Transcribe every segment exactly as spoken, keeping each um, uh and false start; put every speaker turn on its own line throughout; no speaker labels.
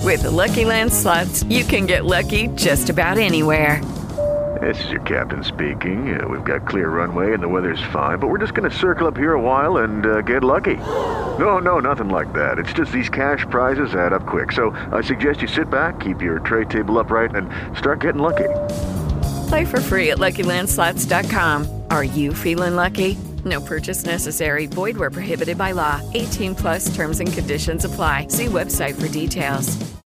With the Lucky Land Slots, you can get lucky just about anywhere.
This is your captain speaking. Uh, we've got clear runway and the weather's fine, but we're just going to circle up here a while and uh, get lucky. No, no, nothing like that. It's just these cash prizes add up quick. So I suggest you sit back, keep your tray table upright, and start getting lucky.
Play for free at Lucky Land Slots dot com. Are you feeling lucky? No purchase necessary. Void where prohibited by law. eighteen plus terms and conditions apply. See website for details.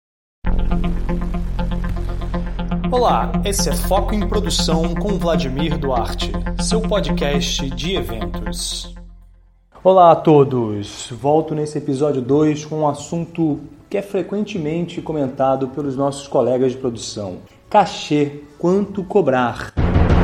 Olá, esse é Foco em Produção com Vladimir Duarte, seu podcast de eventos. Olá a todos! Volto nesse episódio dois com um assunto que é frequentemente comentado pelos nossos colegas de produção. Cachê, quanto cobrar?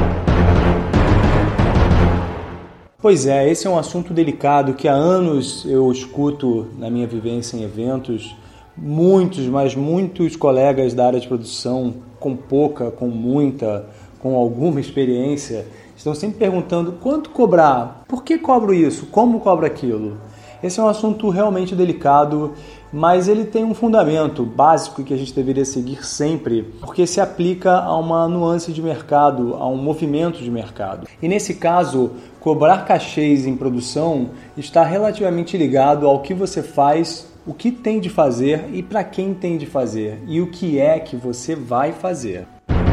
Pois é, esse é um assunto delicado que há anos eu escuto na minha vivência em eventos. Muitos, mas muitos colegas da área de produção, com pouca, com muita, com alguma experiência, estão sempre perguntando quanto cobrar, por que cobro isso, como cobro aquilo. Esse é um assunto realmente delicado, mas ele tem um fundamento básico que a gente deveria seguir sempre, porque se aplica a uma nuance de mercado, a um movimento de mercado. E nesse caso, cobrar cachês em produção está relativamente ligado ao que você faz, o que tem de fazer e para quem tem de fazer, e o que é que você vai fazer.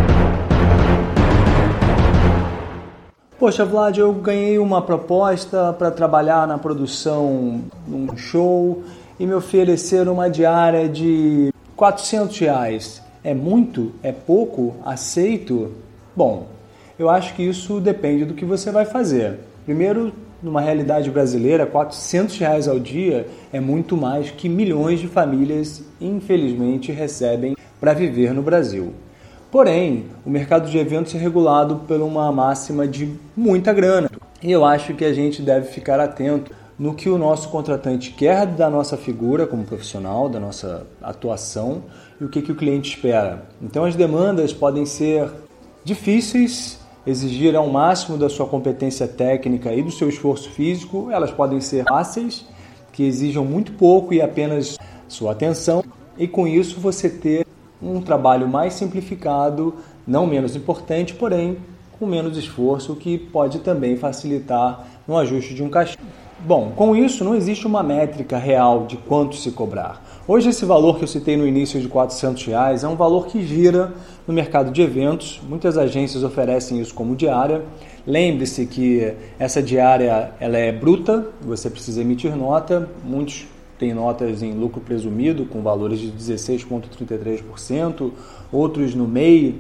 Poxa, Vlad, eu ganhei uma proposta para trabalhar na produção num show e me ofereceram uma diária de quatrocentos reais. É muito? É pouco? Aceito? Bom, eu acho que isso depende do que você vai fazer. Primeiro, numa realidade brasileira, quatrocentos reais ao dia é muito mais que milhões de famílias, infelizmente, recebem para viver no Brasil. Porém, o mercado de eventos é regulado por uma máxima de muita grana. E eu acho que a gente deve ficar atento no que o nosso contratante quer da nossa figura como profissional, da nossa atuação e o que, que o cliente espera. Então as demandas podem ser difíceis, exigir ao máximo da sua competência técnica e do seu esforço físico. Elas podem ser fáceis, que exijam muito pouco e apenas sua atenção. E com isso você ter um trabalho mais simplificado, não menos importante, porém com menos esforço, que pode também facilitar no ajuste de um cachê. Bom, com isso não existe uma métrica real de quanto se cobrar. Hoje esse valor que eu citei no início de quatrocentos reais é um valor que gira no mercado de eventos. Muitas agências oferecem isso como diária. Lembre-se que essa diária ela é bruta, você precisa emitir nota. Muitos têm notas em lucro presumido com valores de dezesseis vírgula trinta e três por cento, outros no M E I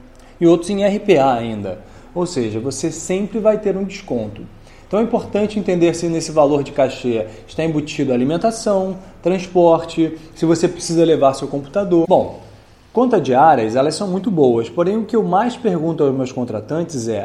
e outros em R P A ainda. Ou seja, você sempre vai ter um desconto. Então é importante entender se nesse valor de cachê está embutido alimentação, transporte, se você precisa levar seu computador. Bom, contas diárias, elas são muito boas, porém o que eu mais pergunto aos meus contratantes é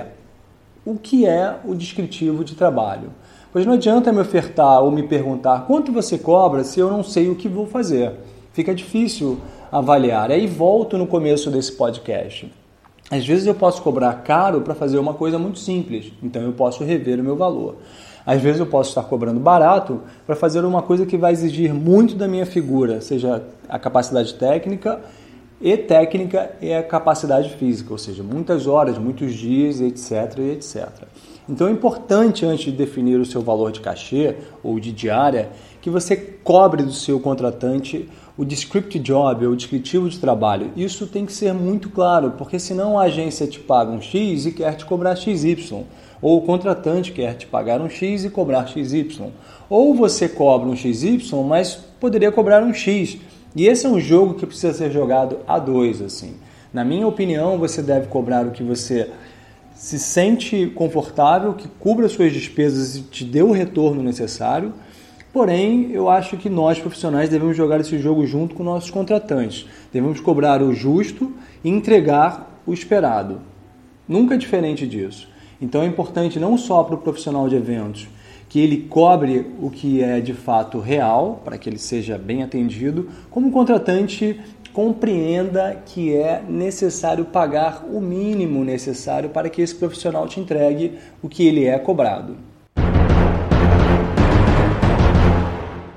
o que é o descritivo de trabalho? Pois não adianta me ofertar ou me perguntar quanto você cobra se eu não sei o que vou fazer. Fica difícil avaliar. Aí volto no começo desse podcast. Às vezes eu posso cobrar caro para fazer uma coisa muito simples, então eu posso rever o meu valor. Às vezes eu posso estar cobrando barato para fazer uma coisa que vai exigir muito da minha figura, seja a capacidade técnica e técnica e a capacidade física, ou seja, muitas horas, muitos dias, etc, etcétera. Então é importante, antes de definir o seu valor de cachê ou de diária, que você cobre do seu contratante o descriptive job, ou descritivo de trabalho. Isso tem que ser muito claro, porque senão a agência te paga um X e quer te cobrar X Y. Ou o contratante quer te pagar um X e cobrar X Y. Ou você cobra um X Y, mas poderia cobrar um X. E esse é um jogo que precisa ser jogado a dois, assim. Na minha opinião, você deve cobrar o que você se sente confortável, que cubra suas despesas e te dê o retorno necessário. Porém, eu acho que nós profissionais devemos jogar esse jogo junto com nossos contratantes. Devemos cobrar o justo e entregar o esperado. Nunca é diferente disso. Então é importante não só para o profissional de eventos que ele cobre o que é de fato real, para que ele seja bem atendido, como o contratante compreenda que é necessário pagar o mínimo necessário para que esse profissional te entregue o que ele é cobrado.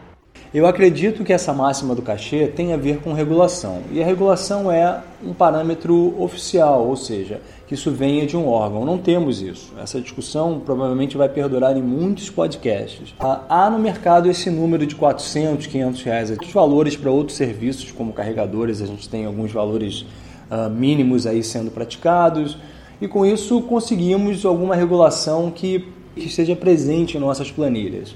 Eu acredito que essa máxima do cachê tem a ver com regulação. E a regulação é um parâmetro oficial, ou seja, que isso venha de um órgão. Não temos isso. Essa discussão provavelmente vai perdurar em muitos podcasts. Há no mercado esse número de quatrocentos, quinhentos reais. Os valores para outros serviços, como carregadores, a gente tem alguns valores uh, mínimos aí sendo praticados. E com isso conseguimos alguma regulação que, que esteja presente em nossas planilhas.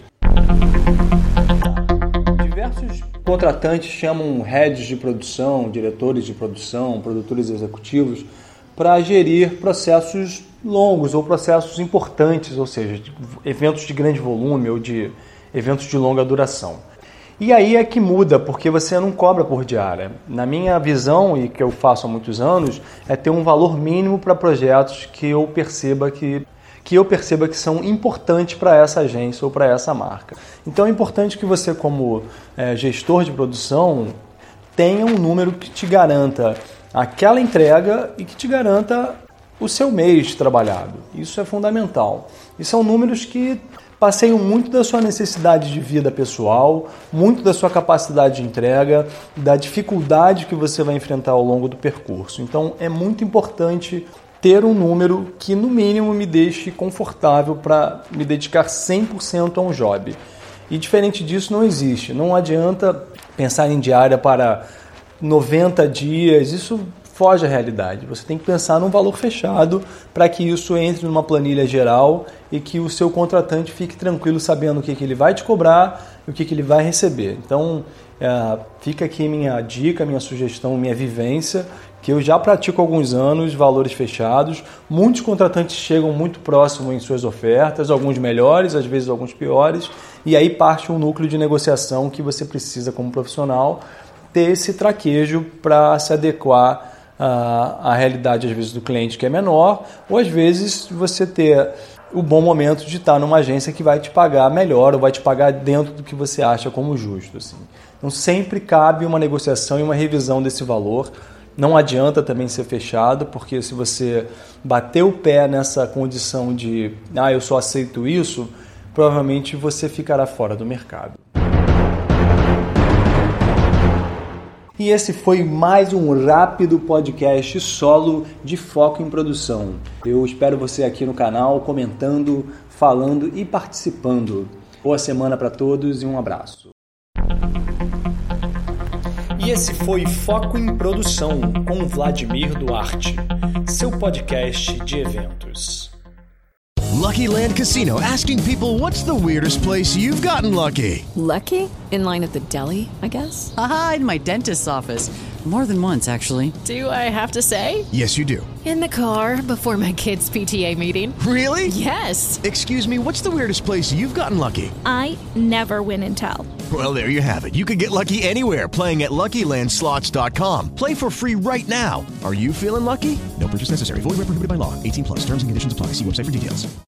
Diversos contratantes chamam heads de produção, diretores de produção, produtores executivos, para gerir processos longos ou processos importantes, ou seja, de eventos de grande volume ou de eventos de longa duração. E aí é que muda, porque você não cobra por diária. Na minha visão, e que eu faço há muitos anos, é ter um valor mínimo para projetos que eu perceba que, que eu perceba que são importantes para essa agência ou para essa marca. Então é importante que você, como é, gestor de produção, tenha um número que te garanta aquela entrega e que te garanta o seu mês trabalhado. Isso é fundamental. E são números que passeiam muito da sua necessidade de vida pessoal, muito da sua capacidade de entrega, da dificuldade que você vai enfrentar ao longo do percurso. Então é muito importante ter um número que no mínimo me deixe confortável para me dedicar cem por cento a um job. E diferente disso não existe. Não adianta pensar em diária para noventa dias, isso foge à realidade. Você tem que pensar num valor fechado para que isso entre numa planilha geral e que o seu contratante fique tranquilo sabendo o que, que ele vai te cobrar e o que, que ele vai receber. Então, é, fica aqui minha dica, minha sugestão, minha vivência, que eu já pratico há alguns anos, valores fechados. Muitos contratantes chegam muito próximo em suas ofertas, alguns melhores, às vezes alguns piores, e aí parte um núcleo de negociação que você precisa como profissional ter esse traquejo para se adequar à, à realidade, às vezes, do cliente que é menor, ou às vezes você ter o bom momento de estar numa agência que vai te pagar melhor ou vai te pagar dentro do que você acha como justo. Assim. Então sempre cabe uma negociação e uma revisão desse valor. Não adianta também ser fechado, porque se você bater o pé nessa condição de ah, eu só aceito isso, provavelmente você ficará fora do mercado. E esse foi mais um rápido podcast solo de foco em produção. Eu espero você aqui no canal comentando, falando e participando. Boa semana para todos e um abraço. E esse foi Foco em Produção com Vladimir Duarte, seu podcast de eventos.
Lucky Land Casino, asking people, what's the weirdest place you've gotten lucky?
Lucky? In line at the deli, I guess?
Aha, in my dentist's office. More than once, actually.
Do I have to say?
Yes, you do.
In the car before my kids' P T A meeting.
Really?
Yes.
Excuse me, what's the weirdest place you've gotten lucky?
I never win and tell.
Well, there you have it. You can get lucky anywhere, playing at Lucky Land Slots dot com. Play for free right now. Are you feeling lucky? No purchase necessary. Void where prohibited by law. eighteen plus. Terms and conditions apply. See website for details.